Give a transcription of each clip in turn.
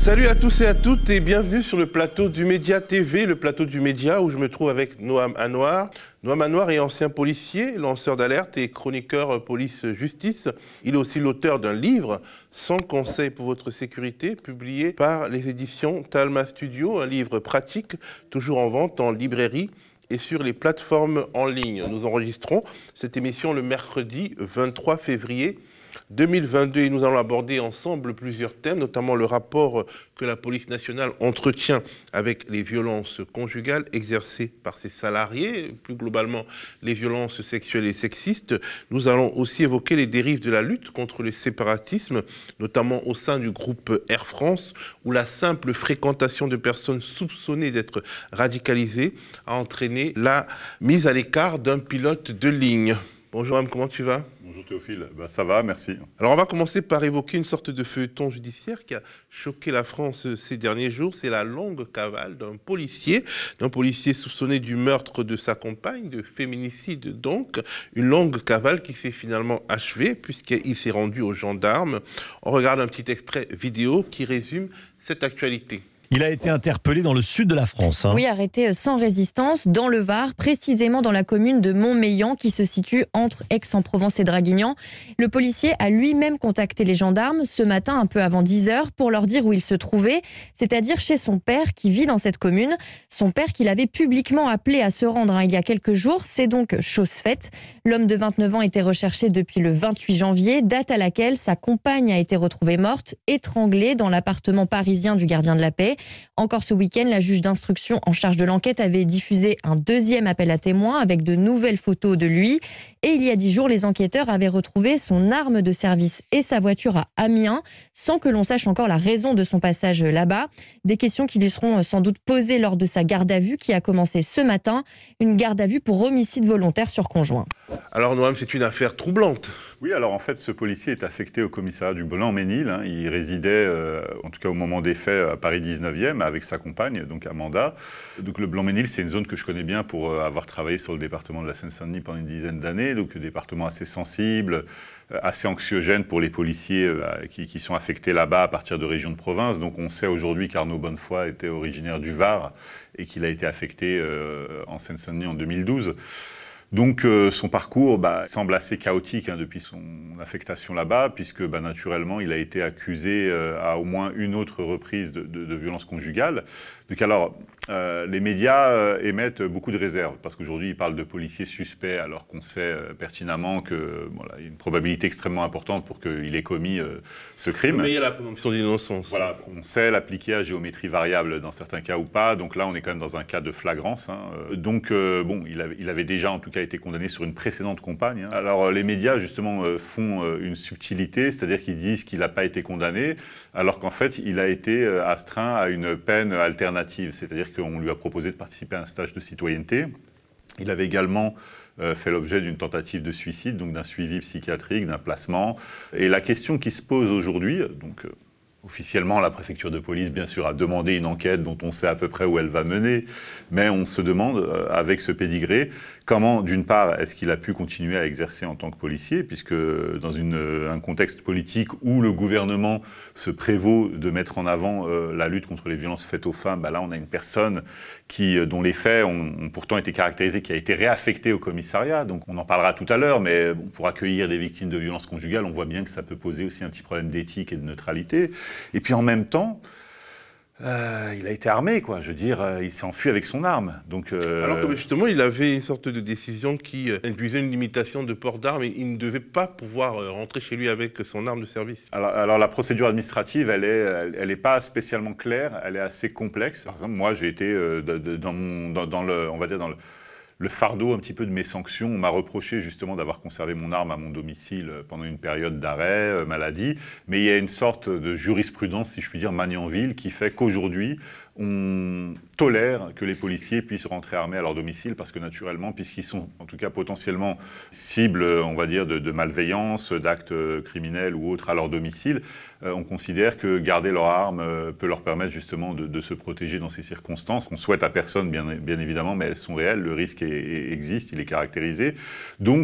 Salut à tous et à toutes et bienvenue sur le plateau du Média TV, le plateau du Média où je me trouve avec Noam Anouar. Noam Anouar est ancien policier, lanceur d'alerte et chroniqueur police-justice. Il est aussi l'auteur d'un livre, 100 conseils pour votre sécurité, publié par les éditions Talma Studio, un livre pratique, toujours en vente en librairie et sur les plateformes en ligne. Nous enregistrons cette émission le mercredi 23 février 2022 et nous allons aborder ensemble plusieurs thèmes, notamment le rapport que la police nationale entretient avec les violences conjugales exercées par ses salariés, plus globalement les violences sexuelles et sexistes. Nous allons aussi évoquer les dérives de la lutte contre le séparatisme, notamment au sein du groupe Air France, où la simple fréquentation de personnes soupçonnées d'être radicalisées a entraîné la mise à l'écart d'un pilote de ligne. Bonjour Am, comment tu vas ? Bonjour Théophile, ça va, merci. Alors on va commencer par évoquer une sorte de feuilleton judiciaire qui a choqué la France ces derniers jours. C'est la longue cavale d'un policier soupçonné du meurtre de sa compagne, de féminicide donc. Une longue cavale qui s'est finalement achevée puisqu'il s'est rendu aux gendarmes. On regarde un petit extrait vidéo qui résume cette actualité. Il a été interpellé dans le sud de la France. Oui, arrêté sans résistance dans le Var, précisément dans la commune de Montmélian qui se situe entre Aix-en-Provence et Draguignan. Le policier a lui-même contacté les gendarmes ce matin un peu avant 10h pour leur dire où il se trouvait, c'est-à-dire chez son père qui vit dans cette commune. Son père qu'il avait publiquement appelé à se rendre il y a quelques jours, c'est donc chose faite. L'homme de 29 ans était recherché depuis le 28 janvier, date à laquelle sa compagne a été retrouvée morte, étranglée dans l'appartement parisien du gardien de la paix. Encore ce week-end, la juge d'instruction en charge de l'enquête avait diffusé un deuxième appel à témoins avec de nouvelles photos de lui. Et il y a 10 jours, les enquêteurs avaient retrouvé son arme de service et sa voiture à Amiens, sans que l'on sache encore la raison de son passage là-bas. Des questions qui lui seront sans doute posées lors de sa garde à vue qui a commencé ce matin, une garde à vue pour homicide volontaire sur conjoint. Alors Noam, c'est une affaire troublante. Oui, alors en fait, ce policier est affecté au commissariat du Blanc-Ménil. Il résidait, en tout cas au moment des faits, à Paris 19e avec sa compagne, donc Amanda. Donc le Blanc-Ménil, c'est une zone que je connais bien pour avoir travaillé sur le département de la Seine-Saint-Denis pendant une dizaine d'années. Donc un département assez sensible, assez anxiogène pour les policiers qui sont affectés là-bas à partir de régions de province. Donc on sait aujourd'hui qu'Arnaud Bonnefoy était originaire du Var et qu'il a été affecté en Seine-Saint-Denis en 2012. Donc son parcours semble assez chaotique depuis son affectation là-bas, puisque naturellement il a été accusé à au moins une autre reprise de violence conjugale. Donc alors les médias émettent beaucoup de réserves, parce qu'aujourd'hui ils parlent de policiers suspects, alors qu'on sait pertinemment qu'il y a une probabilité extrêmement importante pour qu'il ait commis ce crime. Mais il y a la présomption d'innocence. Voilà, on sait l'appliquer à géométrie variable dans certains cas ou pas, donc là on est quand même dans un cas de flagrance. Donc il avait déjà en tout cas été condamné sur une précédente compagne. Alors les médias justement font une subtilité, c'est-à-dire qu'ils disent qu'il n'a pas été condamné, alors qu'en fait il a été astreint à une peine alternative, c'est-à-dire qu'on lui a proposé de participer à un stage de citoyenneté. Il avait également fait l'objet d'une tentative de suicide, donc d'un suivi psychiatrique, d'un placement. Et la question qui se pose aujourd'hui, donc officiellement, la préfecture de police, bien sûr, a demandé une enquête dont on sait à peu près où elle va mener, mais on se demande, avec ce pédigré, comment, d'une part, est-ce qu'il a pu continuer à exercer en tant que policier, puisque dans un contexte politique où le gouvernement se prévaut de mettre en avant la lutte contre les violences faites aux femmes, là, on a une personne dont les faits ont pourtant été caractérisés, qui a été réaffectée au commissariat, donc on en parlera tout à l'heure, mais pour accueillir des victimes de violences conjugales, on voit bien que ça peut poser aussi un petit problème d'éthique et de neutralité. Et puis en même temps, il a été armé, quoi. Je veux dire, il s'est enfui avec son arme. Donc, Alors que justement, il avait une sorte de décision qui induisait une limitation de port d'armes et il ne devait pas pouvoir rentrer chez lui avec son arme de service. Alors la procédure administrative, elle est pas spécialement claire, elle est assez complexe. Par exemple, moi, j'ai été dans le fardeau un petit peu de mes sanctions. On m'a reproché justement d'avoir conservé mon arme à mon domicile pendant une période d'arrêt, maladie. Mais il y a une sorte de jurisprudence, si je puis dire, Magnanville, qui fait qu'aujourd'hui, on tolère que les policiers puissent rentrer armés à leur domicile parce que naturellement, puisqu'ils sont en tout cas potentiellement cibles, on va dire, de malveillance, d'actes criminels ou autres à leur domicile, on considère que garder leur arme peut leur permettre justement de se protéger dans ces circonstances. On souhaite à personne, bien évidemment, mais elles sont réelles, le risque existe, il est caractérisé. Donc,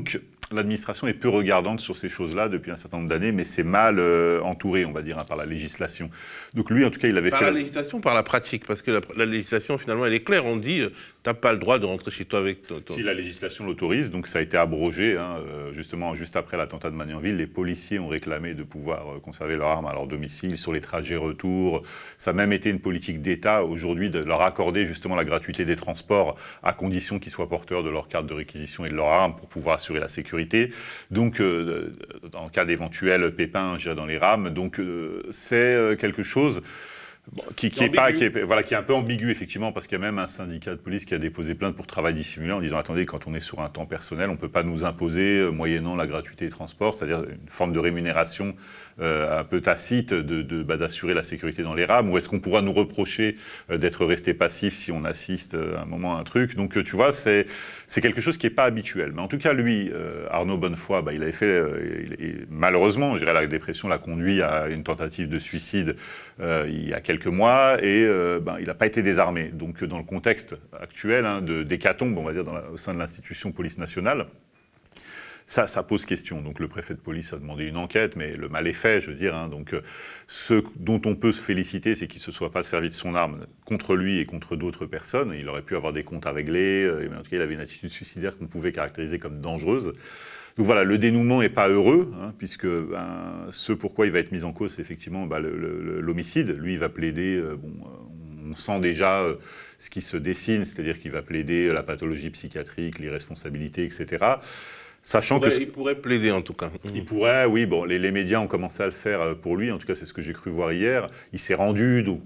l'administration est peu regardante sur ces choses-là depuis un certain nombre d'années, mais c'est mal entouré, on va dire, par la législation. Donc lui, en tout cas, il avait par fait... la législation, par la pratique, parce que la législation, finalement, elle est claire. On dit, t'as pas le droit de rentrer chez toi avec ton... Si la législation l'autorise, donc ça a été abrogé, justement, juste après l'attentat de Magnanville, les policiers ont réclamé de pouvoir conserver leurs armes à leur domicile, sur les trajets retour. Ça a même été une politique d'État, aujourd'hui, de leur accorder justement la gratuité des transports, à condition qu'ils soient porteurs de leur carte de réquisition et de leur arme pour pouvoir assurer la sécurité. Donc, en cas d'éventuel pépin, dans les rames, donc c'est quelque chose qui est un peu ambigu, effectivement, parce qu'il y a même un syndicat de police qui a déposé plainte pour travail dissimulé en disant, attendez, quand on est sur un temps personnel, on ne peut pas nous imposer, moyennant la gratuité des transports, c'est-à-dire une forme de rémunération un peu tacite d'assurer la sécurité dans les rames, ou est-ce qu'on pourra nous reprocher d'être resté passif si on assiste à un moment à un truc. Donc, tu vois, c'est quelque chose qui n'est pas habituel. Mais en tout cas, lui, Arnaud Bonnefoy, il avait fait, malheureusement, je dirais, la dépression l'a conduit à une tentative de suicide il y a quelques mois, et il n'a pas été désarmé. Donc, dans le contexte actuel d'hécatombe, on va dire, au sein de l'institution police nationale, ça pose question. Donc le préfet de police a demandé une enquête, mais le mal est fait, je veux dire. Donc ce dont on peut se féliciter, c'est qu'il ne se soit pas servi de son arme contre lui et contre d'autres personnes. Il aurait pu avoir des comptes à régler, mais en tout cas, il avait une attitude suicidaire qu'on pouvait caractériser comme dangereuse. Donc voilà, le dénouement n'est pas heureux, puisque ce pourquoi il va être mis en cause, c'est effectivement l'homicide. Lui, il va plaider, on sent déjà ce qui se dessine, c'est-à-dire qu'il va plaider la pathologie psychiatrique, l'irresponsabilité, etc. Sachant il pourrait plaider, en tout cas. Il pourrait, oui. Bon, les médias ont commencé à le faire pour lui. En tout cas, c'est ce que j'ai cru voir hier. Il s'est rendu, donc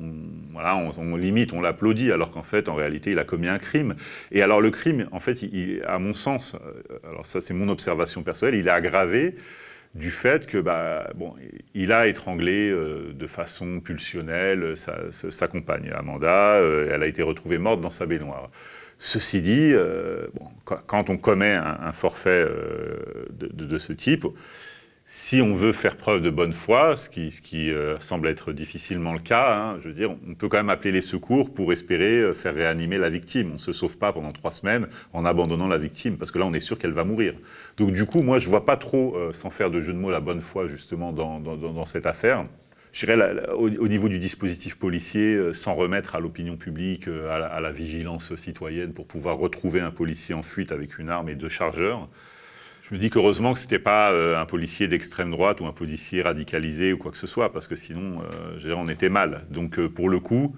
on l'applaudit, alors qu'en fait, en réalité, il a commis un crime. Et alors, le crime, en fait, à mon sens, alors ça, c'est mon observation personnelle, il est aggravé du fait que, il a étranglé de façon pulsionnelle sa compagne, Amanda. Elle a été retrouvée morte dans sa baignoire. Ceci dit, quand on commet un forfait de ce type, si on veut faire preuve de bonne foi, ce qui semble être difficilement le cas, je veux dire, on peut quand même appeler les secours pour espérer faire réanimer la victime. On ne se sauve pas pendant 3 semaines en abandonnant la victime, parce que là, on est sûr qu'elle va mourir. Donc du coup, moi, je ne vois pas trop, sans faire de jeu de mots, la bonne foi, justement, dans cette affaire. Je dirais, au niveau du dispositif policier, sans remettre à l'opinion publique, à la vigilance citoyenne pour pouvoir retrouver un policier en fuite avec une arme et 2 chargeurs, je me dis qu'heureusement que ce n'était pas un policier d'extrême droite ou un policier radicalisé ou quoi que ce soit, parce que sinon, on était mal. Donc, pour le coup,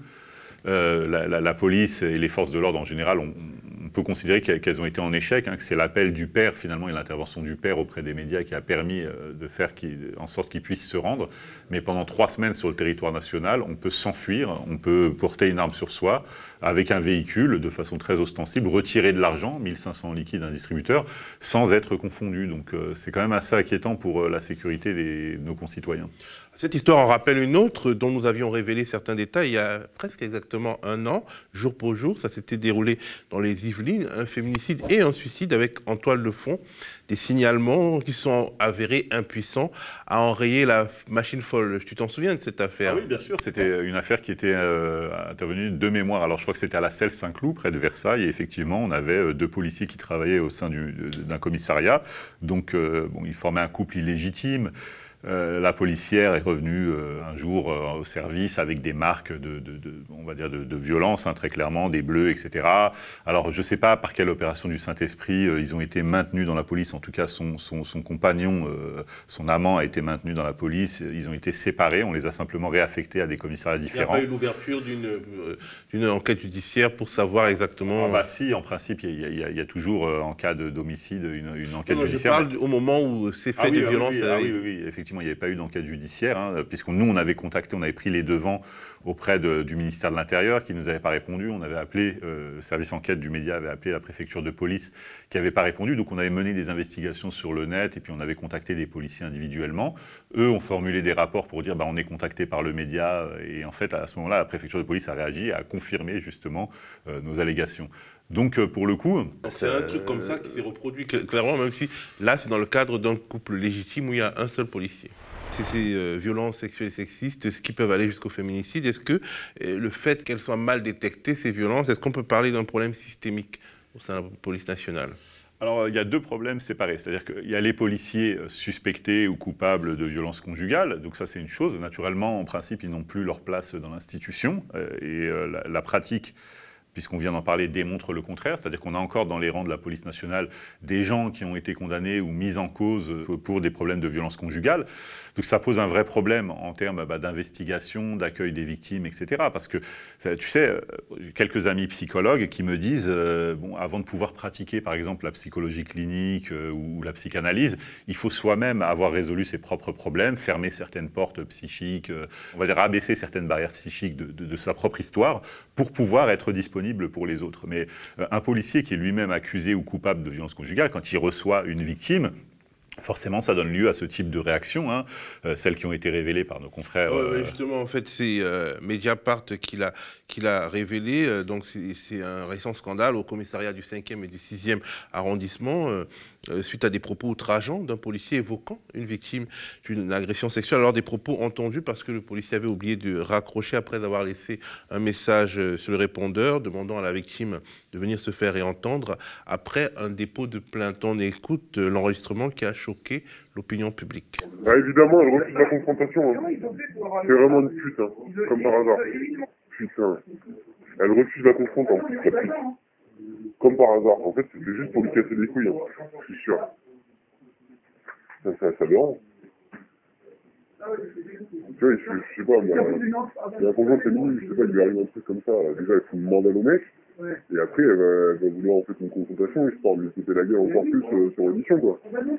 la police et les forces de l'ordre en général, on peut considérer qu'elles ont été en échec, que c'est l'appel du père finalement et l'intervention du père auprès des médias qui a permis de faire en sorte qu'ils puissent se rendre. Mais pendant 3 semaines sur le territoire national, on peut s'enfuir, on peut porter une arme sur soi avec un véhicule de façon très ostensible, retirer de l'argent, 1500 en liquide d'un distributeur, sans être confondu. Donc c'est quand même assez inquiétant pour la sécurité de nos concitoyens. Cette histoire en rappelle une autre dont nous avions révélé certains détails il y a presque exactement 1 an, jour pour jour. Ça s'était déroulé dans les Yvelines, un féminicide et un suicide avec en toile de fond des signalements qui sont avérés impuissants à enrayer la machine folle. Tu t'en souviens de cette affaire ? Ah oui, bien sûr. C'était une affaire qui était intervenue de mémoire. Alors je crois que c'était à la Selle Saint-Cloud, près de Versailles. Et effectivement, on avait 2 policiers qui travaillaient au sein d'un commissariat. Donc ils formaient un couple illégitime. La policière est revenue un jour au service avec des marques on va dire de violence, très clairement, des bleus, etc. Alors, je ne sais pas par quelle opération du Saint-Esprit ils ont été maintenus dans la police. En tout cas, son compagnon, son amant a été maintenu dans la police. Ils ont été séparés. On les a simplement réaffectés à des commissariats différents. Il n'y a pas eu l'ouverture d'une enquête judiciaire pour savoir exactement... Si, en principe, il y a toujours, en cas d'homicide, une enquête judiciaire. Je parle au moment où ces faits de violence... Oui, effectivement. Il n'y avait pas eu d'enquête judiciaire, puisque nous, on avait pris les devants auprès du ministère de l'Intérieur, qui ne nous avait pas répondu. On avait appelé, le service enquête du média avait appelé la préfecture de police, qui n'avait pas répondu. Donc on avait mené des investigations sur le net, et puis on avait contacté des policiers individuellement. Eux ont formulé des rapports pour dire on est contacté par le média. Et en fait, à ce moment-là, la préfecture de police a réagi et a confirmé justement nos allégations. Donc, pour le coup... C'est un truc comme ça qui s'est reproduit clairement, même si là, c'est dans le cadre d'un couple légitime où il y a un seul policier. Ces violences sexuelles et sexistes, ce qui peuvent aller jusqu'au féminicide, est-ce que le fait qu'elles soient mal détectées, ces violences, est-ce qu'on peut parler d'un problème systémique au sein de la police nationale ? Alors, il y a deux problèmes séparés. C'est-à-dire qu'il y a les policiers suspectés ou coupables de violences conjugales. Donc ça, c'est une chose. Naturellement, en principe, ils n'ont plus leur place dans l'institution. Et la pratique, puisqu'on vient d'en parler, démontre le contraire. C'est-à-dire qu'on a encore dans les rangs de la police nationale des gens qui ont été condamnés ou mis en cause pour des problèmes de violences conjugales. Donc ça pose un vrai problème en termes d'investigation, d'accueil des victimes, etc. Parce que, tu sais, j'ai quelques amis psychologues qui me disent, avant de pouvoir pratiquer, par exemple, la psychologie clinique ou la psychanalyse, il faut soi-même avoir résolu ses propres problèmes, fermer certaines portes psychiques, on va dire abaisser certaines barrières psychiques de sa propre histoire pour pouvoir être disponible pour les autres. Mais un policier qui est lui-même accusé ou coupable de violence conjugale, quand il reçoit une victime, forcément, ça donne lieu à ce type de réactions, celles qui ont été révélées par nos confrères. Justement, en fait, c'est Mediapart qui l'a révélé. Donc, c'est un récent scandale au commissariat du 5e et du 6e arrondissement, suite à des propos outrageants d'un policier évoquant une victime d'une agression sexuelle. Alors, des propos entendus parce que le policier avait oublié de raccrocher après avoir laissé un message sur le répondeur demandant à la victime de venir se faire réentendre après un dépôt de plainte. On écoute l'enregistrement qui a choqué l'opinion publique. Ah, évidemment, elle refuse la confrontation. C'est vraiment une pute, comme par hasard. Putain. Elle refuse la confrontation, la pute. Comme par hasard. En fait, c'était juste pour lui casser les couilles, je suis sûr. Ça dérange. Tu vois, je sais pas, il y a un conjoint féminin, je sais pas, il lui arrive un truc comme ça. Déjà, il faut demander au mec. Et après, elle va vouloir en fait une confrontation, histoire de lui couper la gueule encore plus sur l'émission, quoi.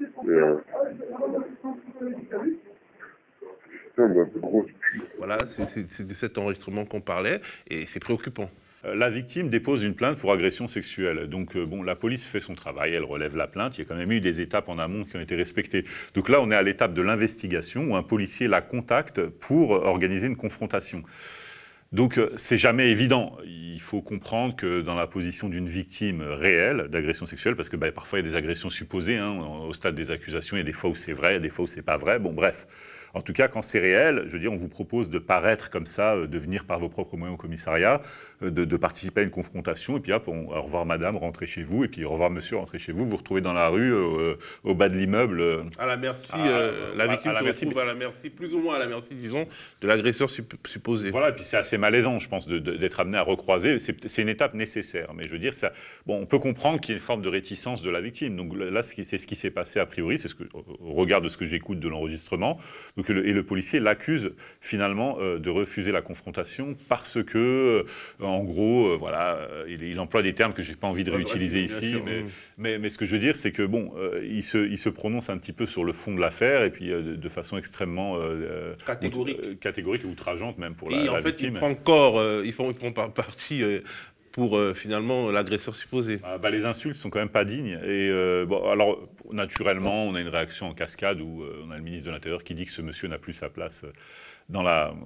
Putain, grosse pute. Voilà, c'est de cet enregistrement qu'on parlait, et c'est préoccupant. La victime dépose une plainte pour agression sexuelle. Donc, la police fait son travail, elle relève la plainte. Il y a quand même eu des étapes en amont qui ont été respectées. Donc là, on est à l'étape de l'investigation où un policier la contacte pour organiser une confrontation. Donc, c'est jamais évident. Il faut comprendre que dans la position d'une victime réelle d'agression sexuelle, parce que parfois il y a des agressions supposées, au stade des accusations, il y a des fois où c'est vrai, il y a des fois où c'est pas vrai. Bon, bref. En tout cas, quand c'est réel, je veux dire, on vous propose de paraître comme ça, de venir par vos propres moyens au commissariat, de participer à une confrontation, et puis hop, au revoir madame, rentrez chez vous, et puis au revoir monsieur, rentrez chez vous, vous vous retrouvez dans la rue, au bas de l'immeuble. À la merci, la victime se retrouve à la merci, plus ou moins à la merci, disons, de l'agresseur supposé. Voilà, et puis c'est assez malaisant, je pense, d'être amené à recroiser. C'est une étape nécessaire, mais je veux dire, on peut comprendre qu'il y a une forme de réticence de la victime. Donc là, c'est ce qui s'est passé a priori, c'est au regard de ce que j'écoute de l'enregistrement. Donc, et le policier l'accuse finalement de refuser la confrontation parce que, en gros, il emploie des termes que j'ai pas envie de réutiliser ici, mais ce que je veux dire, c'est que il se prononce un petit peu sur le fond de l'affaire et puis de façon extrêmement catégorique et outrageante même pour la victime. Et en fait, il prend parti pour finalement l'agresseur supposé. Les insultes sont quand même pas dignes. Et alors, naturellement, on a une réaction en cascade où on a le ministre de l'Intérieur qui dit que ce monsieur n'a plus sa place dans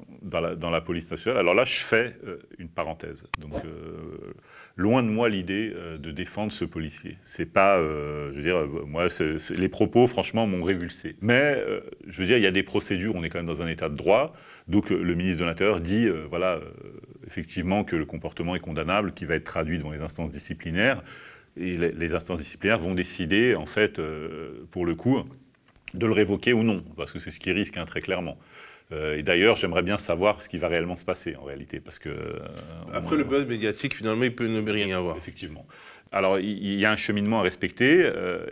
la police nationale. Alors là, je fais une parenthèse. Donc, loin de moi l'idée de défendre ce policier. C'est pas, je veux dire, moi, les propos, franchement, m'ont révulsé. Mais, je veux dire, il y a des procédures, on est quand même dans un état de droit. Donc, le ministre de l'Intérieur dit, effectivement, que le comportement est condamnable, qui va être traduit devant les instances disciplinaires. Et les instances disciplinaires vont décider, en fait, pour le coup, de le révoquer ou non, parce que c'est ce qui risque, très clairement. Et d'ailleurs, j'aimerais bien savoir ce qui va réellement se passer, en réalité, parce que... Après le buzz médiatique, finalement, il peut ne rien y avoir. Effectivement. Alors, il y a un cheminement à respecter,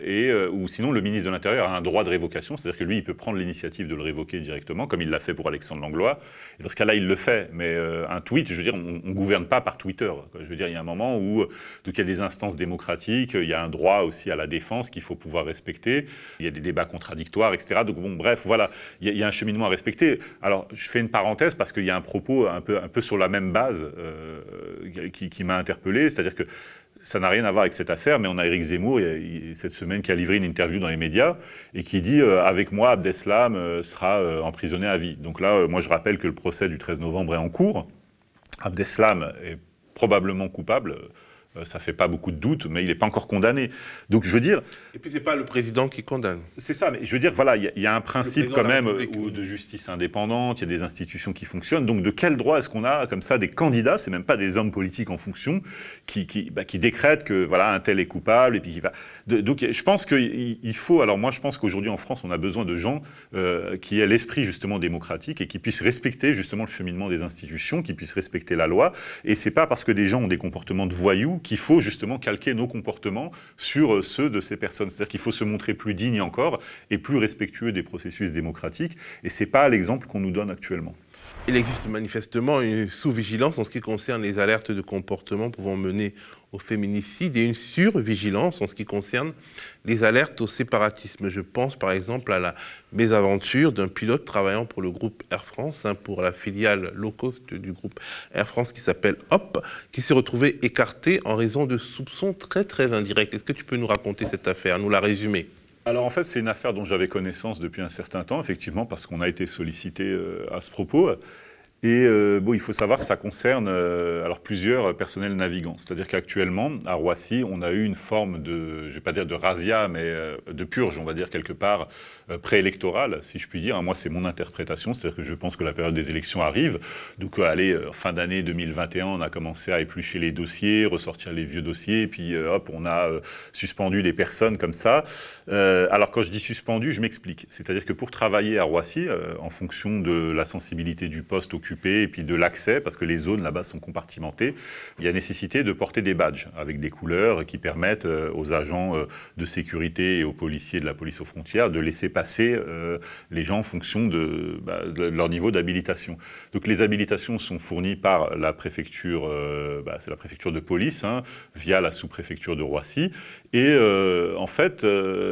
ou sinon, le ministre de l'Intérieur a un droit de révocation, c'est-à-dire que lui, il peut prendre l'initiative de le révoquer directement, comme il l'a fait pour Alexandre Langlois. Et dans ce cas-là, il le fait. Mais un tweet, je veux dire, on ne gouverne pas par Twitter, quoi. Je veux dire, il y a un moment où donc, il y a des instances démocratiques, il y a un droit aussi à la défense qu'il faut pouvoir respecter, il y a des débats contradictoires, etc. Donc, bon, bref, voilà, il y a un cheminement à respecter. Alors, je fais une parenthèse parce qu'il y a un propos un peu sur la même base qui m'a interpellé, c'est-à-dire que ça n'a rien à voir avec cette affaire, mais on a Éric Zemmour, cette semaine, qui a livré une interview dans les médias et qui dit « Avec moi, Abdeslam sera emprisonné à vie ». Donc là, moi, je rappelle que le procès du 13 novembre est en cours. Abdeslam est probablement coupable Ça fait pas beaucoup de doute, mais il n'est pas encore condamné. Donc je veux dire... Et puis c'est pas le président qui condamne. C'est ça, mais je veux dire, voilà, il y a un principe quand même oui. de justice indépendante, il y a des institutions qui fonctionnent, donc de quel droit est-ce qu'on a comme ça des candidats, c'est même pas des hommes politiques en fonction, qui décrètent que voilà, un tel est coupable, et puis qui va... Donc je pense qu'il faut, alors moi je pense qu'aujourd'hui en France, on a besoin de gens qui aient l'esprit justement démocratique et qui puissent respecter justement le cheminement des institutions, qui puissent respecter la loi, et c'est pas parce que des gens ont des comportements de voyous qu'il faut justement calquer nos comportements sur ceux de ces personnes. C'est-à-dire qu'il faut se montrer plus digne encore et plus respectueux des processus démocratiques. Et ce n'est pas l'exemple qu'on nous donne actuellement. Il existe manifestement une sous-vigilance en ce qui concerne les alertes de comportement pouvant mener au féminicide et une survigilance en ce qui concerne les alertes au séparatisme. Je pense par exemple à la mésaventure d'un pilote travaillant pour le groupe Air France, pour la filiale low cost du groupe Air France qui s'appelle HOP, qui s'est retrouvé écarté en raison de soupçons très très indirects. Est-ce que tu peux nous raconter cette affaire, nous la résumer ? Alors en fait, c'est une affaire dont j'avais connaissance depuis un certain temps, effectivement, parce qu'on a été sollicité à ce propos. Et il faut savoir que ça concerne plusieurs personnels navigants. C'est-à-dire qu'actuellement, à Roissy, on a eu une forme de, je ne vais pas dire de razzia, mais de purge, on va dire quelque part, préélectorale, si je puis dire. Moi, c'est mon interprétation, c'est-à-dire que je pense que la période des élections arrive. Donc, fin d'année 2021, on a commencé à éplucher les dossiers, ressortir les vieux dossiers, et puis on a suspendu des personnes comme ça. Alors, quand je dis suspendu, je m'explique. C'est-à-dire que pour travailler à Roissy, en fonction de la sensibilité du poste occupé, et puis de l'accès, parce que les zones là-bas sont compartimentées, il y a nécessité de porter des badges avec des couleurs qui permettent aux agents de sécurité et aux policiers de la police aux frontières de laisser passer les gens en fonction de leur niveau d'habilitation. Donc les habilitations sont fournies par la préfecture, c'est la préfecture de police, via la sous-préfecture de Roissy, et en fait,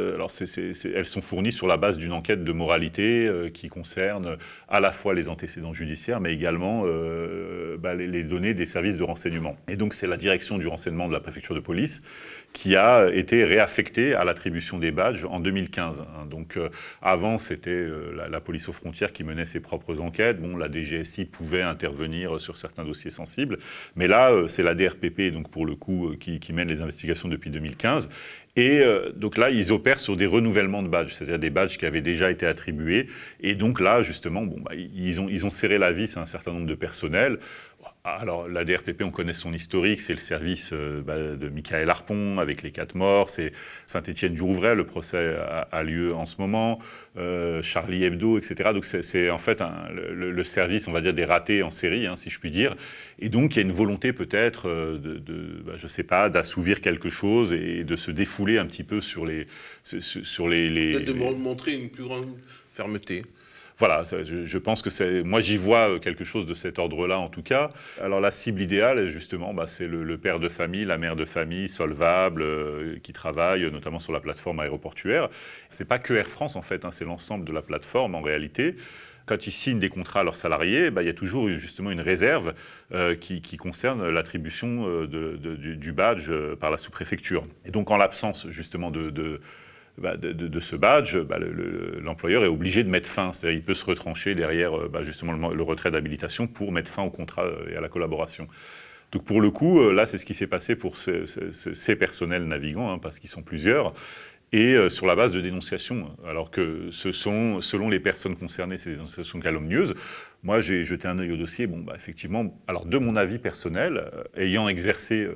elles sont fournies sur la base d'une enquête de moralité qui concerne à la fois les antécédents judiciaires, mais également les données des services de renseignement. Et donc c'est la direction du renseignement de la préfecture de police qui a été réaffectée à l'attribution des badges en 2015. Donc avant, c'était la police aux frontières qui menait ses propres enquêtes. La DGSI pouvait intervenir sur certains dossiers sensibles, mais là, c'est la DRPP, donc pour le coup, qui mène les investigations depuis 2015. Et donc là, ils opèrent sur des renouvellements de badges, c'est-à-dire des badges qui avaient déjà été attribués. Et donc là, justement, ils ont serré la vis à un certain nombre de personnels. Alors, la DRPP, on connaît son historique, c'est le service de Michael Harpon avec les 4 morts, c'est Saint-Étienne-du-Rouvray, le procès a lieu en ce moment, Charlie Hebdo, etc. Donc, c'est en fait le service, on va dire, des ratés en série, si je puis dire. Et donc, il y a une volonté peut-être je sais pas, d'assouvir quelque chose et de se défouler un petit peu sur les... Peut-être de montrer une plus grande fermeté. Voilà, je pense que moi j'y vois quelque chose de cet ordre-là en tout cas. Alors la cible idéale, justement, c'est le père de famille, la mère de famille, solvable, qui travaille notamment sur la plateforme aéroportuaire. C'est pas que Air France en fait, c'est l'ensemble de la plateforme en réalité. Quand ils signent des contrats à leurs salariés, il y a toujours justement une réserve qui concerne l'attribution du badge par la sous-préfecture. Et donc en l'absence justement de ce badge, l'employeur est obligé de mettre fin. C'est-à-dire qu'il peut se retrancher derrière justement le retrait d'habilitation pour mettre fin au contrat et à la collaboration. Donc pour le coup, là, c'est ce qui s'est passé pour ces personnels navigants, parce qu'ils sont plusieurs, et sur la base de dénonciations. Alors que ce sont, selon les personnes concernées, ces dénonciations calomnieuses. Moi, j'ai jeté un œil au dossier. Effectivement, alors de mon avis personnel, ayant exercé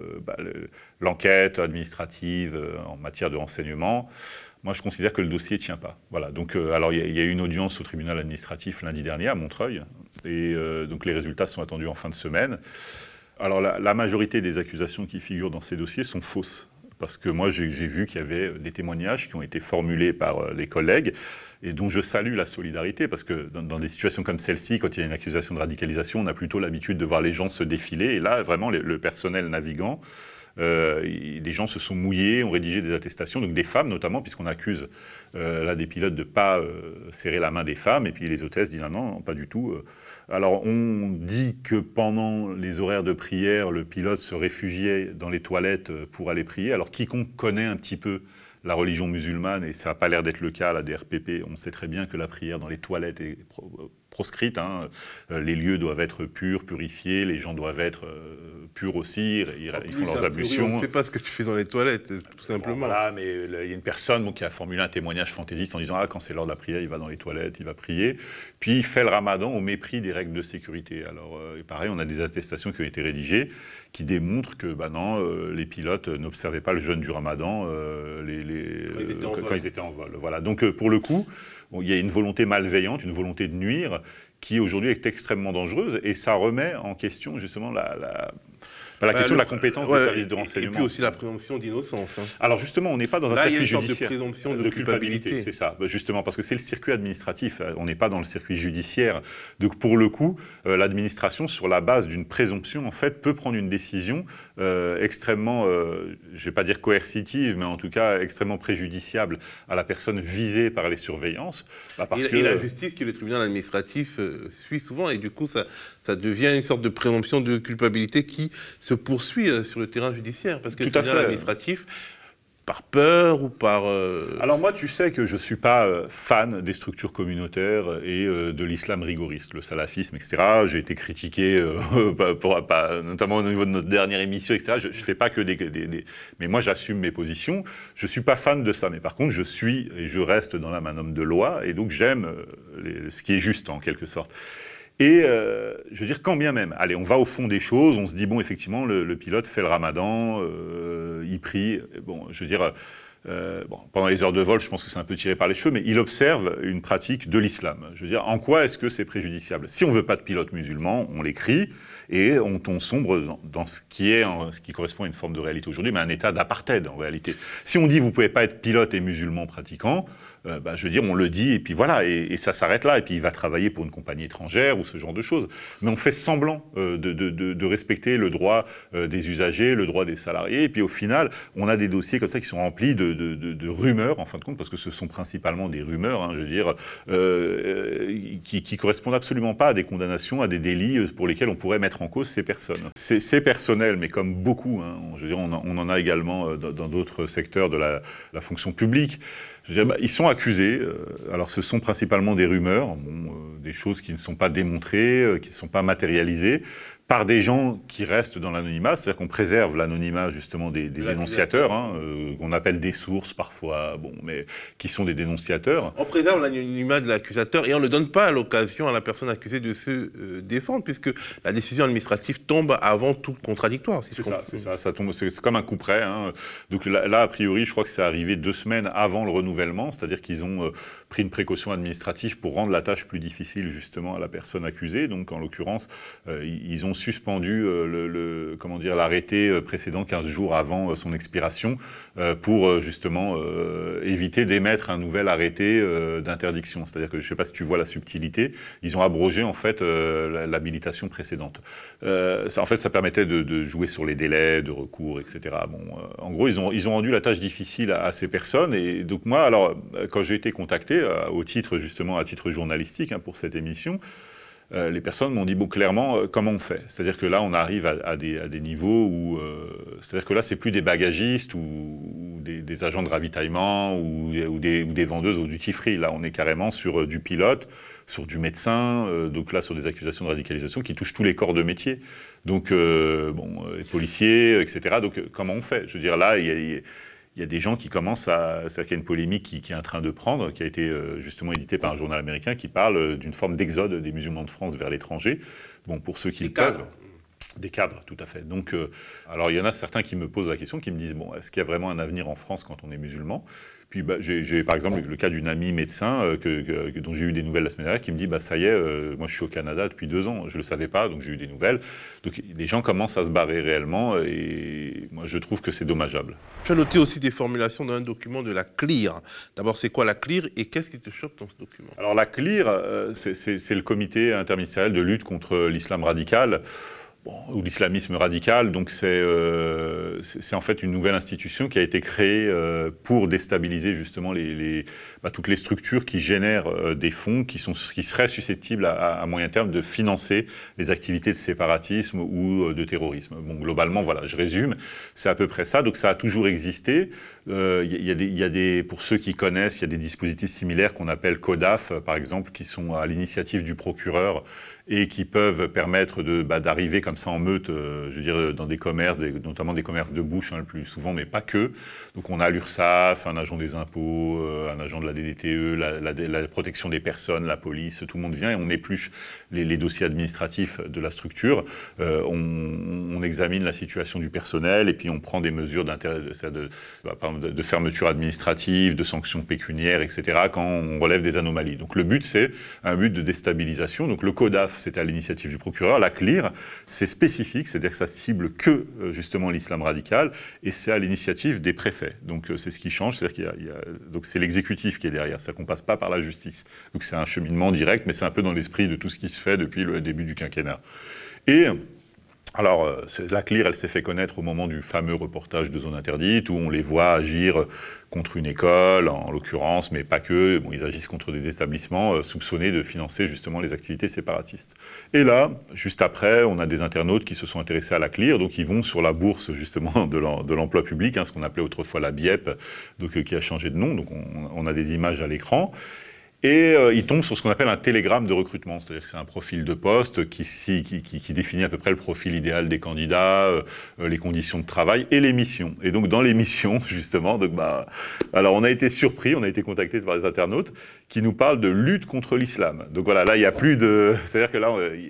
l'enquête administrative en matière de renseignement, moi, je considère que le dossier ne tient pas. Voilà. Donc, alors, il y a eu une audience au tribunal administratif lundi dernier à Montreuil, et donc les résultats sont attendus en fin de semaine. Alors, la majorité des accusations qui figurent dans ces dossiers sont fausses. Parce que moi, j'ai vu qu'il y avait des témoignages qui ont été formulés par les collègues et dont je salue la solidarité, parce que dans des situations comme celle-ci, quand il y a une accusation de radicalisation, on a plutôt l'habitude de voir les gens se défiler. Et là, vraiment, le personnel navigant, des gens se sont mouillés, ont rédigé des attestations, donc des femmes notamment, puisqu'on accuse là des pilotes de ne pas serrer la main des femmes, et puis les hôtesses disent non, pas du tout. Alors on dit que pendant les horaires de prière, le pilote se réfugiait dans les toilettes pour aller prier. Alors quiconque connaît un petit peu la religion musulmane, et ça n'a pas l'air d'être le cas à la DRPP, on sait très bien que la prière dans les toilettes est proscrite. Les lieux doivent être purs, purifiés, les gens doivent être purs aussi, ils font leurs ablutions. On ne sait pas ce que tu fais dans les toilettes, tout simplement. Bon, voilà, mais il y a une personne qui a formulé un témoignage fantaisiste en disant quand c'est l'heure de la prière, il va dans les toilettes, il va prier. Puis il fait le ramadan au mépris des règles de sécurité. Alors, pareil, on a des attestations qui ont été rédigées qui démontrent que les pilotes n'observaient pas le jeûne du ramadan quand ils étaient en vol. Voilà. Donc, pour le coup, il y a une volonté malveillante, une volonté de nuire qui aujourd'hui est extrêmement dangereuse et ça remet en question justement la question de la compétence des services de renseignement. Et puis aussi la présomption d'innocence. Alors justement, on n'est pas dans un circuit judiciaire. Là, il y a une sorte de présomption de culpabilité. C'est ça, justement, parce que c'est le circuit administratif, on n'est pas dans le circuit judiciaire. Donc pour le coup, l'administration, sur la base d'une présomption, en fait, peut prendre une décision extrêmement, je ne vais pas dire coercitive, mais en tout cas extrêmement préjudiciable à la personne visée par les surveillances. Et la justice, qui est le tribunal administratif, suit souvent, et du coup, ça devient une sorte de présomption de culpabilité qui se poursuit sur le terrain judiciaire, parce que le tribunal administratif, par peur ou par... Alors moi, tu sais que je ne suis pas fan des structures communautaires et de l'islam rigoriste, le salafisme, etc. J'ai été critiqué, notamment au niveau de notre dernière émission, etc. Je ne fais pas que des... Mais moi, j'assume mes positions. Je ne suis pas fan de ça. Mais par contre, je suis et je reste dans l'âme un homme de loi. Et donc, j'aime ce qui est juste, en quelque sorte. Et je veux dire, quand bien même, allez, on va au fond des choses, on se dit, bon, effectivement, le pilote fait le ramadan, il prie, bon, je veux dire, pendant les heures de vol, je pense que c'est un peu tiré par les cheveux, mais il observe une pratique de l'islam. Je veux dire, en quoi est-ce que c'est préjudiciable ? Si on ne veut pas de pilote musulman, on l'écrit, et on sombre dans ce qui correspond à une forme de réalité aujourd'hui, mais un état d'apartheid, en réalité. Si on dit, vous ne pouvez pas être pilote et musulman pratiquant, je veux dire, on le dit, et puis voilà, et ça s'arrête là, et puis il va travailler pour une compagnie étrangère, ou ce genre de choses. Mais on fait semblant de respecter le droit des usagers, le droit des salariés, et puis au final, on a des dossiers comme ça qui sont remplis de rumeurs, en fin de compte, parce que ce sont principalement des rumeurs, je veux dire, qui correspondent absolument pas à des condamnations, à des délits pour lesquels on pourrait mettre en cause ces personnes. C'est personnel, mais comme beaucoup, je veux dire, on en a également dans d'autres secteurs de la fonction publique. Je veux dire, ils sont accusés, alors ce sont principalement des rumeurs, des choses qui ne sont pas démontrées, qui ne sont pas matérialisées, par des gens qui restent dans l'anonymat, c'est-à-dire qu'on préserve l'anonymat justement des dénonciateurs, qu'on appelle des sources parfois, mais qui sont des dénonciateurs. On préserve l'anonymat de l'accusateur et on ne donne pas l'occasion à la personne accusée de se défendre, puisque la décision administrative tombe avant tout contradictoire. C'est ça tombe, c'est comme un coup près. Donc là, a priori, je crois que c'est arrivé 2 semaines avant le renouvellement, c'est-à-dire qu'ils ont pris une précaution administrative pour rendre la tâche plus difficile justement à la personne accusée. Donc en l'occurrence, ils ont suspendu l'arrêté précédent 15 jours avant son expiration pour justement éviter d'émettre un nouvel arrêté d'interdiction. C'est-à-dire que je ne sais pas si tu vois la subtilité, ils ont abrogé en fait l'habilitation précédente. Ça permettait de jouer sur les délais de recours, etc. En gros, ils ont rendu la tâche difficile à ces personnes. Et donc moi, alors, quand j'ai été contacté à titre journalistique pour cette émission, les personnes m'ont dit clairement comment on fait. C'est-à-dire que là, on arrive à des niveaux où... c'est-à-dire que là, c'est plus des bagagistes ou des agents de ravitaillement ou des vendeuses au duty-free. Là, on est carrément sur du pilote, sur du médecin, donc là, sur des accusations de radicalisation qui touchent tous les corps de métier. Donc, les policiers, etc. Donc, comment on fait ? Je veux dire, là, il y a des gens qui commencent c'est-à-dire qu'il y a une polémique qui est en train de prendre, qui a été justement éditée par un journal américain qui parle d'une forme d'exode des musulmans de France vers l'étranger. Pour ceux qui le peuvent. Des cadres, tout à fait. Donc, alors il y en a certains qui me posent la question, qui me disent, est-ce qu'il y a vraiment un avenir en France quand on est musulman ? Puis j'ai par exemple le cas d'une amie médecin dont j'ai eu des nouvelles la semaine dernière qui me dit ça y est, moi je suis au Canada depuis 2 ans, je ne le savais pas, donc j'ai eu des nouvelles. Donc les gens commencent à se barrer réellement et moi je trouve que c'est dommageable. Tu as noté aussi des formulations dans un document de la CLIR. D'abord, c'est quoi la CLIR et qu'est-ce qui te choque dans ce document ? Alors la CLIR, c'est le comité interministériel de lutte contre l'islam radical. Ou l'islamisme radical, donc c'est en fait une nouvelle institution qui a été créée pour déstabiliser justement toutes les structures qui génèrent des fonds qui seraient susceptibles à moyen terme de financer les activités de séparatisme ou de terrorisme. Globalement, voilà, je résume, c'est à peu près ça. Donc ça a toujours existé. Pour ceux qui connaissent, il y a des dispositifs similaires qu'on appelle CODAF, par exemple, qui sont à l'initiative du procureur et qui peuvent permettre d'arriver comme ça en meute, je veux dire, dans des commerces, notamment des commerces de bouche le plus souvent, mais pas que. Donc on a l'URSSAF, un agent des impôts, un agent de la DDTE, la protection des personnes, la police, tout le monde vient et on épluche les dossiers administratifs de la structure. On examine la situation du personnel et puis on prend des mesures de fermeture administrative, de sanctions pécuniaires, etc., quand on relève des anomalies. Donc le but, c'est un but de déstabilisation. Donc le CODAF, c'est à l'initiative du procureur. La CLIR, c'est spécifique, c'est-à-dire que ça cible que, justement, l'islam radical, et c'est à l'initiative des préfets. Donc c'est ce qui change, c'est-à-dire donc c'est l'exécutif qui est derrière, ça qu'on passe pas par la justice. Donc c'est un cheminement direct, mais c'est un peu dans l'esprit de tout ce qui se fait depuis le début du quinquennat. Et alors, la CLIR, elle s'est fait connaître au moment du fameux reportage de Zone Interdite, où on les voit agir contre une école, en l'occurrence, mais pas que. Bon, ils agissent contre des établissements soupçonnés de financer justement les activités séparatistes. Et là, juste après, on a des internautes qui se sont intéressés à la CLIR, donc ils vont sur la bourse justement de l'emploi public, ce qu'on appelait autrefois la BIEP, donc, qui a changé de nom, donc on a des images à l'écran. Et il tombe sur ce qu'on appelle un télégramme de recrutement, c'est-à-dire que c'est un profil de poste qui définit à peu près le profil idéal des candidats, les conditions de travail et les missions. Et donc dans les missions, justement, alors on a été surpris, on a été contacté par des internautes qui nous parlent de lutte contre l'islam. Donc voilà, là il n'y a plus de... C'est-à-dire que là,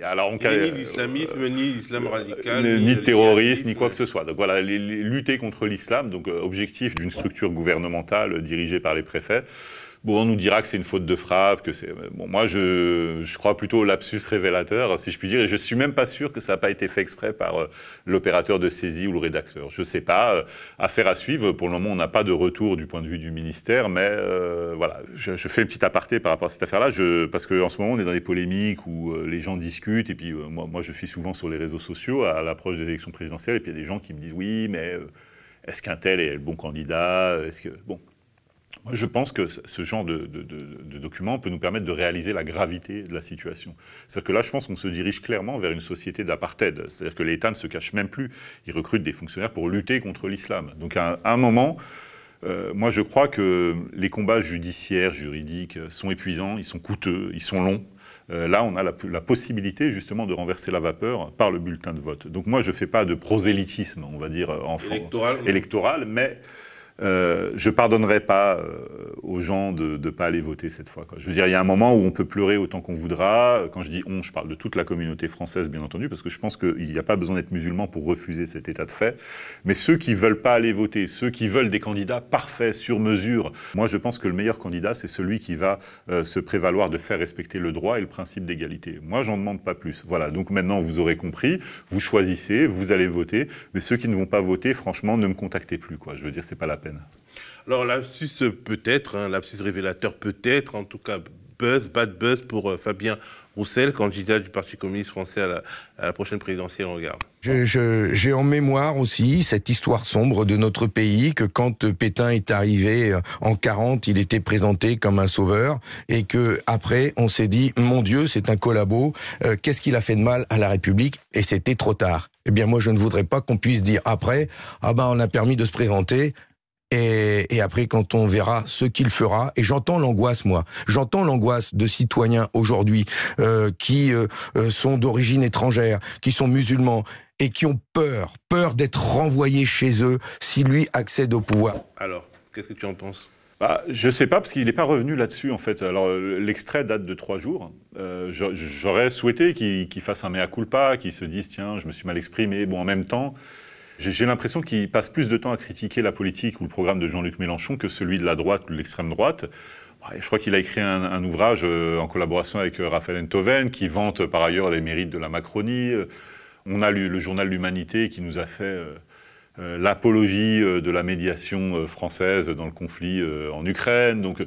ni d'islamisme, ni d'islam radical, ni de terrorisme, ni quoi que ce soit. Donc voilà, lutter contre l'islam, donc objectif d'une structure gouvernementale dirigée par les préfets. Bon, on nous dira que c'est une faute de frappe, que c'est... Bon, moi, je crois plutôt au lapsus révélateur, si je puis dire, et je suis même pas sûr que ça n'a pas été fait exprès par l'opérateur de saisie ou le rédacteur. Je sais pas, affaire à suivre. Pour le moment, on n'a pas de retour du point de vue du ministère, mais voilà. Je fais une petite aparté par rapport à cette affaire-là, parce qu'en ce moment, on est dans des polémiques où les gens discutent, et puis moi, je suis souvent sur les réseaux sociaux à l'approche des élections présidentielles, et puis il y a des gens qui me disent « Oui, mais est-ce qu'un tel est le bon candidat ? Est-ce que... » Bon. Moi, je pense que ce genre de document peut nous permettre de réaliser la gravité de la situation. C'est-à-dire que là, je pense qu'on se dirige clairement vers une société d'apartheid. C'est-à-dire que l'État ne se cache même plus. Il recrute des fonctionnaires pour lutter contre l'islam. Donc à un moment, moi je crois que les combats judiciaires, juridiques sont épuisants, ils sont coûteux, ils sont longs. Là, on a la possibilité justement de renverser la vapeur par le bulletin de vote. Donc moi, je ne fais pas de prosélytisme, on va dire, électoral, mais... je pardonnerai pas aux gens de ne pas aller voter cette fois, quoi. Je veux dire, il y a un moment où on peut pleurer autant qu'on voudra. Quand je dis on, je parle de toute la communauté française, bien entendu, parce que je pense qu'il n'y a pas besoin d'être musulman pour refuser cet état de fait. Mais ceux qui veulent pas aller voter, ceux qui veulent des candidats parfaits, sur mesure, moi je pense que le meilleur candidat, c'est celui qui va se prévaloir de faire respecter le droit et le principe d'égalité. Moi, j'en demande pas plus. Voilà, donc maintenant, vous aurez compris, vous choisissez, vous allez voter, mais ceux qui ne vont pas voter, franchement, ne me contactez plus, quoi. Je veux dire, c'est pas la peine. Alors, lapsus peut-être, lapsus révélateur peut-être, en tout cas bad buzz pour Fabien Roussel, candidat du Parti communiste français à la prochaine présidentielle, on regarde. J'ai en mémoire aussi cette histoire sombre de notre pays, que quand Pétain est arrivé en 40, il était présenté comme un sauveur, et que après on s'est dit, mon Dieu, c'est un collabo, qu'est-ce qu'il a fait de mal à la République? Et c'était trop tard. Eh bien moi je ne voudrais pas qu'on puisse dire après, on a permis de se présenter, et après, quand on verra ce qu'il fera, et j'entends l'angoisse, moi. J'entends l'angoisse de citoyens aujourd'hui qui sont d'origine étrangère, qui sont musulmans, et qui ont peur d'être renvoyés chez eux si lui accède au pouvoir. Alors, qu'est-ce que tu en penses ? Je sais pas, parce qu'il n'est pas revenu là-dessus, en fait. Alors, l'extrait date de 3 jours. J'aurais souhaité qu'il fasse un mea culpa, qu'il se dise, tiens, je me suis mal exprimé. Bon, en même temps... J'ai l'impression qu'il passe plus de temps à critiquer la politique ou le programme de Jean-Luc Mélenchon que celui de la droite ou de l'extrême droite. Je crois qu'il a écrit un ouvrage en collaboration avec Raphaël Enthoven qui vante par ailleurs les mérites de la Macronie. On a lu le journal L'Humanité qui nous a fait l'apologie de la médiation française dans le conflit en Ukraine. Donc,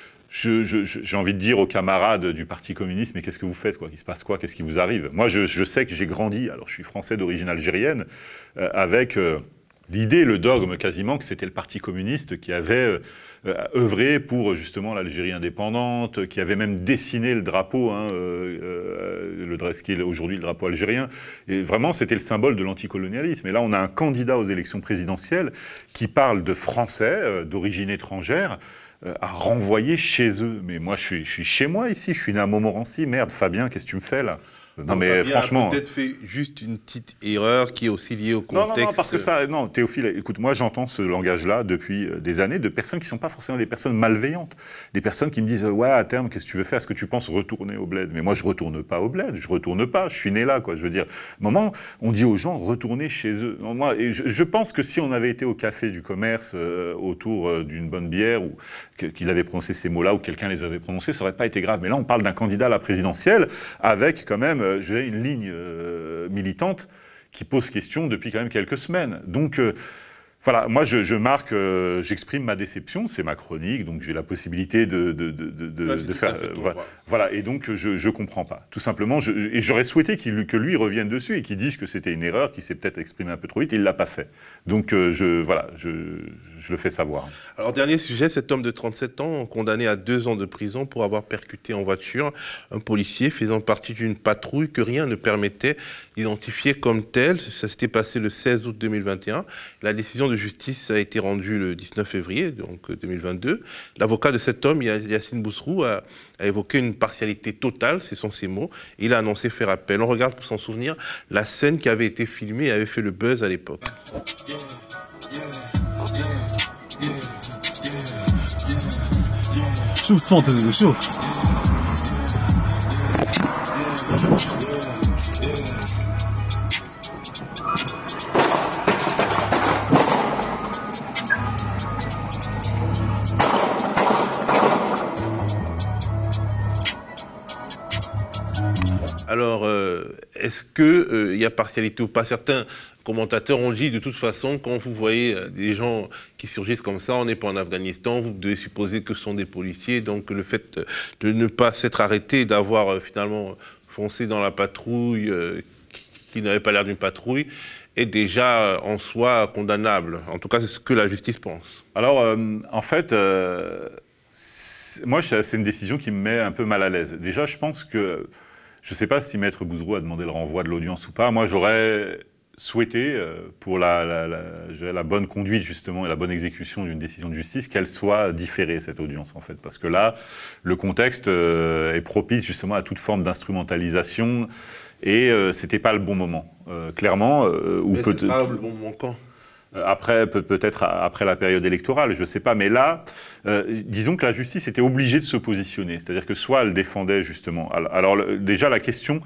j'ai envie de dire aux camarades du Parti communiste, mais qu'est-ce que vous faites, quoi ? Il se passe quoi ? Qu'est-ce qui vous arrive ? Moi, je sais que j'ai grandi, alors je suis français d'origine algérienne, avec l'idée, le dogme quasiment, que c'était le Parti communiste qui avait œuvré pour justement l'Algérie indépendante, qui avait même dessiné le drapeau, ce qui est aujourd'hui le drapeau algérien. Et vraiment, c'était le symbole de l'anticolonialisme. Et là, on a un candidat aux élections présidentielles qui parle de Français d'origine étrangère, à renvoyer chez eux. Mais moi, je suis chez moi ici, je suis né à Montmorency. Merde, Fabien, qu'est-ce que tu me fais là ? Non, mais Fabien franchement... a peut-être fait juste une petite erreur qui est aussi liée au contexte. Non, parce que ça... Non, Théophile, écoute, moi j'entends ce langage-là depuis des années de personnes qui ne sont pas forcément des personnes malveillantes. Des personnes qui me disent « Ouais, à terme, qu'est-ce que tu veux faire ? Est-ce que tu penses retourner au bled ?» Mais moi, je ne retourne pas au bled, je ne retourne pas, je suis né là, quoi. Je veux dire, à un moment, on dit aux gens « Retournez chez eux ». Et je pense que si on avait été au café du commerce autour d'une bonne bière, ou qu'il avait prononcé ces mots-là, ou quelqu'un les avait prononcés, ça n'aurait pas été grave. Mais là, on parle d'un candidat à la présidentielle avec quand même, une ligne militante qui pose question depuis quand même quelques semaines. Donc voilà, moi je marque, j'exprime ma déception, c'est ma chronique, donc j'ai la possibilité de faire... voilà, et donc je comprends pas. Tout simplement, et j'aurais souhaité que lui revienne dessus et qu'il dise que c'était une erreur, qu'il s'est peut-être exprimé un peu trop vite, et il l'a pas fait. Donc je le fais savoir. Alors dernier sujet, cet homme de 37 ans condamné à 2 ans de prison pour avoir percuté en voiture un policier faisant partie d'une patrouille que rien ne permettait d'identifier comme tel. Ça s'était passé le 16 août 2021. La décision de justice a été rendue le 19 février, donc 2022. L'avocat de cet homme, Yassine Bousrou, a évoqué une partialité totale, ce sont ses mots. Il a annoncé faire appel. On regarde pour s'en souvenir la scène qui avait été filmée et avait fait le buzz à l'époque. شوف صفونت شوف Alors, est-ce qu'il y a partialité ou pas ? Certains commentateurs ont dit de toute façon, quand vous voyez des gens qui surgissent comme ça, on n'est pas en Afghanistan, vous devez supposer que ce sont des policiers, donc le fait de ne pas s'être arrêté, d'avoir finalement foncé dans la patrouille qui n'avait pas l'air d'une patrouille, est déjà en soi condamnable. En tout cas, c'est ce que la justice pense. Alors, en fait, moi, c'est une décision qui me met un peu mal à l'aise. Déjà, je pense que, je ne sais pas si Maître Bousrou a demandé le renvoi de l'audience ou pas, moi j'aurais souhaité, pour la bonne conduite justement et la bonne exécution d'une décision de justice, qu'elle soit différée, cette audience en fait. Parce que là, le contexte est propice justement à toute forme d'instrumentalisation et c'était pas le bon moment, clairement. Mais ce sera le bon moment quand ? Après, peut-être après la période électorale, je ne sais pas. Mais là, disons que la justice était obligée de se positionner. C'est-à-dire que soit elle défendait justement... Alors déjà, la question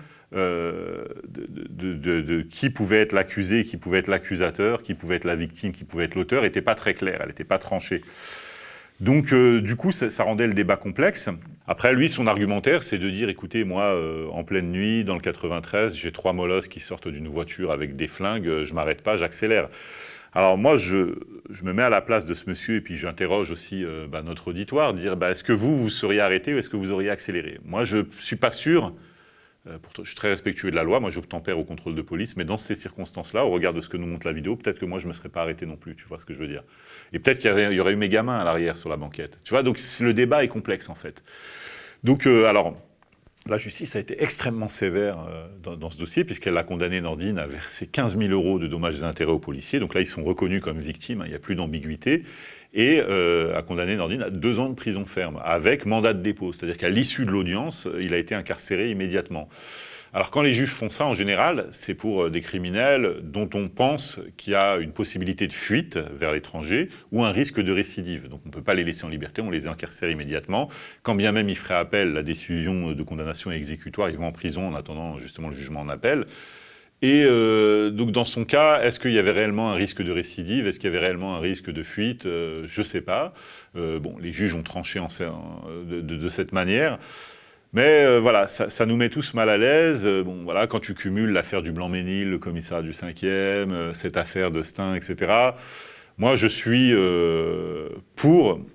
de qui pouvait être l'accusé, qui pouvait être l'accusateur, qui pouvait être la victime, qui pouvait être l'auteur, n'était pas très claire, elle n'était pas tranchée. Donc, du coup, ça rendait le débat complexe. Après, lui, son argumentaire, c'est de dire, écoutez, moi, en pleine nuit, dans le 93, j'ai 3 molosses qui sortent d'une voiture avec des flingues, je m'arrête pas, j'accélère. Alors moi, je me mets à la place de ce monsieur et puis j'interroge aussi notre auditoire, dire est-ce que vous seriez arrêté ou est-ce que vous auriez accéléré ? Moi, je ne suis pas sûr, pourtant, je suis très respectueux de la loi, moi j'obtempère au contrôle de police, mais dans ces circonstances-là, au regard de ce que nous montre la vidéo, peut-être que moi je ne me serais pas arrêté non plus, tu vois ce que je veux dire ? Et peut-être qu'il y aurait eu mes gamins à l'arrière sur la banquette, tu vois ? Donc le débat est complexe en fait. Donc alors... La justice a été extrêmement sévère dans ce dossier, puisqu'elle a condamné Nordine à verser 15 000 € de dommages et intérêts aux policiers. Donc là, ils sont reconnus comme victimes, il n'y a plus d'ambiguïté. Et a condamné Nordine à 2 ans de prison ferme, avec mandat de dépôt. C'est-à-dire qu'à l'issue de l'audience, il a été incarcéré immédiatement. Alors quand les juges font ça, en général, c'est pour des criminels dont on pense qu'il y a une possibilité de fuite vers l'étranger ou un risque de récidive. Donc on ne peut pas les laisser en liberté, on les incarcère immédiatement. Quand bien même ils feraient appel, la décision de condamnation est exécutoire, ils vont en prison en attendant justement le jugement en appel. Et donc dans son cas, est-ce qu'il y avait réellement un risque de récidive ? Est-ce qu'il y avait réellement un risque de fuite ? Je ne sais pas. Les juges ont tranché de cette manière. Mais voilà, ça nous met tous mal à l'aise. Quand tu cumules l'affaire du Blanc-Ménil, le commissariat du 5e, cette affaire de Stein, etc. Moi, je suis pour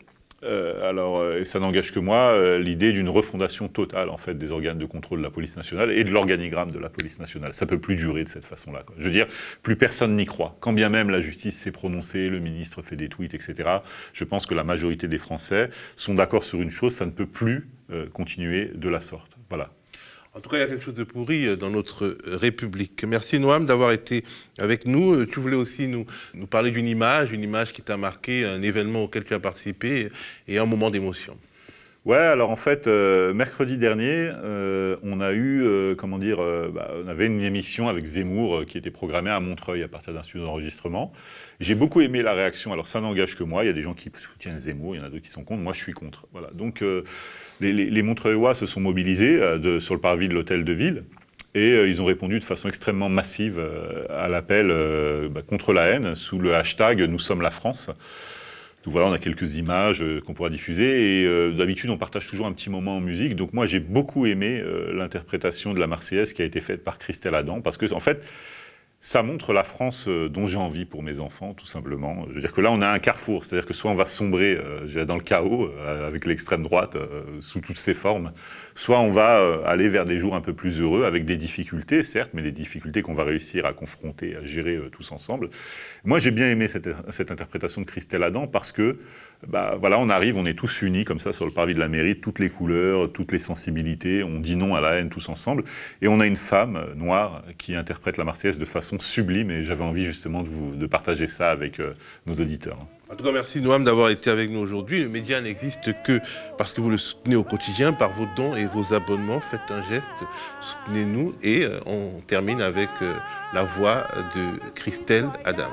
Et ça n'engage que moi, l'idée d'une refondation totale en fait des organes de contrôle de la police nationale et de l'organigramme de la police nationale. Ça peut plus durer de cette façon-là, quoi. Je veux dire, plus personne n'y croit. Quand bien même la justice s'est prononcée, le ministre fait des tweets, etc. Je pense que la majorité des Français sont d'accord sur une chose, ça ne peut plus continuer de la sorte. Voilà. En tout cas, il y a quelque chose de pourri dans notre République. Merci Noam d'avoir été avec nous. Tu voulais aussi nous parler d'une image qui t'a marqué, un événement auquel tu as participé et un moment d'émotion. Ouais, alors en fait, mercredi dernier, on a eu, on avait une émission avec Zemmour qui était programmée à Montreuil à partir d'un studio d'enregistrement. J'ai beaucoup aimé la réaction. Alors ça n'engage que moi. Il y a des gens qui soutiennent Zemmour, il y en a d'autres qui sont contre. Moi, je suis contre. Voilà. Donc les Montreuillois se sont mobilisés sur le parvis de l'hôtel de ville. Et ils ont répondu de façon extrêmement massive à l'appel contre la haine sous le hashtag « Nous sommes la France ». Donc voilà, on a quelques images qu'on pourra diffuser. Et d'habitude, on partage toujours un petit moment en musique. Donc moi, j'ai beaucoup aimé l'interprétation de la Marseillaise qui a été faite par Christelle Adam. Parce que, en fait, ça montre la France dont j'ai envie pour mes enfants, tout simplement. Je veux dire que là, on a un carrefour. C'est-à-dire que soit on va sombrer dans le chaos avec l'extrême droite sous toutes ses formes, soit on va aller vers des jours un peu plus heureux avec des difficultés, certes, mais des difficultés qu'on va réussir à confronter, à gérer tous ensemble. Moi, j'ai bien aimé cette interprétation de Christelle Adam parce que, voilà, on arrive, on est tous unis comme ça sur le parvis de la mairie, toutes les couleurs, toutes les sensibilités, on dit non à la haine tous ensemble, et on a une femme noire qui interprète la Marseillaise de façon sublime, et j'avais envie justement de partager ça avec nos auditeurs. En tout cas, merci Noam d'avoir été avec nous aujourd'hui. Le média n'existe que parce que vous le soutenez au quotidien par vos dons et vos abonnements. Faites un geste, soutenez-nous, et on termine avec la voix de Christelle Adams.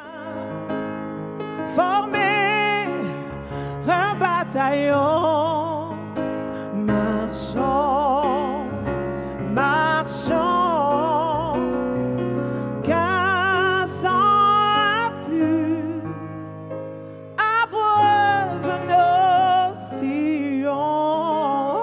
Former un bataillon, marchons, marchons, qu'un sang a pu abreuver nos sillons.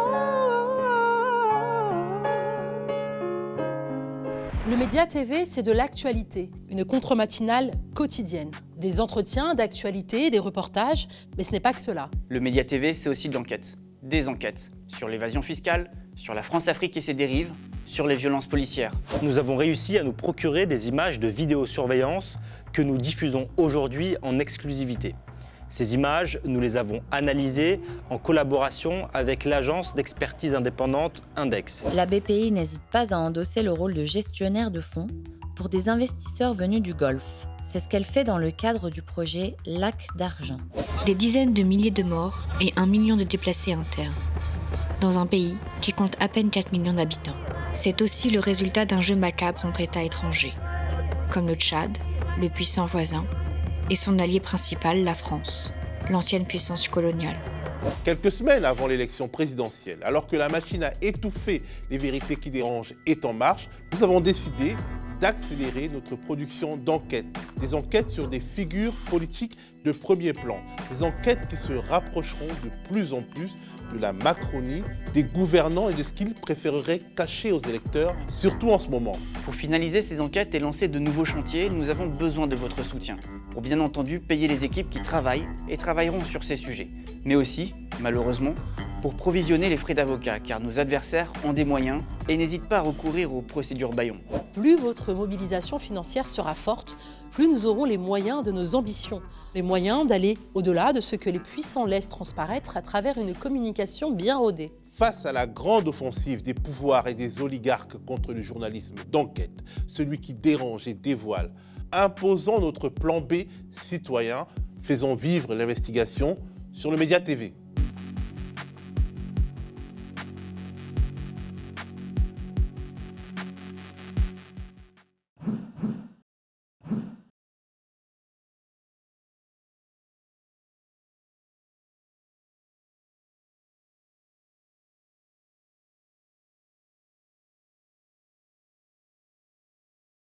Le Média TV, c'est de l'actualité, une contre-matinale quotidienne. Des entretiens, d'actualité, des reportages, mais ce n'est pas que cela. Le Média TV, c'est aussi de l'enquête. Des enquêtes sur l'évasion fiscale, sur la France-Afrique et ses dérives, sur les violences policières. Nous avons réussi à nous procurer des images de vidéosurveillance que nous diffusons aujourd'hui en exclusivité. Ces images, nous les avons analysées en collaboration avec l'agence d'expertise indépendante Index. La BPI n'hésite pas à endosser le rôle de gestionnaire de fonds pour des investisseurs venus du Golfe. C'est ce qu'elle fait dans le cadre du projet Lac d'Argent. Des dizaines de milliers de morts et 1 million de déplacés internes, dans un pays qui compte à peine 4 millions d'habitants. C'est aussi le résultat d'un jeu macabre entre États étrangers, comme le Tchad, le puissant voisin, et son allié principal, la France, l'ancienne puissance coloniale. Quelques semaines avant l'élection présidentielle, alors que la machine à étouffer les vérités qui dérangent est en marche, nous avons décidé d'accélérer notre production d'enquêtes. Des enquêtes sur des figures politiques de premier plan. Des enquêtes qui se rapprocheront de plus en plus de la Macronie, des gouvernants et de ce qu'ils préféreraient cacher aux électeurs, surtout en ce moment. Pour finaliser ces enquêtes et lancer de nouveaux chantiers, nous avons besoin de votre soutien. Pour bien entendu payer les équipes qui travaillent et travailleront sur ces sujets. Mais aussi, malheureusement, pour provisionner les frais d'avocat, car nos adversaires ont des moyens et n'hésitent pas à recourir aux procédures bâillons. Plus votre mobilisation financière sera forte, plus nous aurons les moyens de nos ambitions. Les moyens d'aller au-delà de ce que les puissants laissent transparaître à travers une communication bien rodée. Face à la grande offensive des pouvoirs et des oligarques contre le journalisme d'enquête, celui qui dérange et dévoile, imposons notre plan B citoyen, faisons vivre l'investigation sur le Média TV.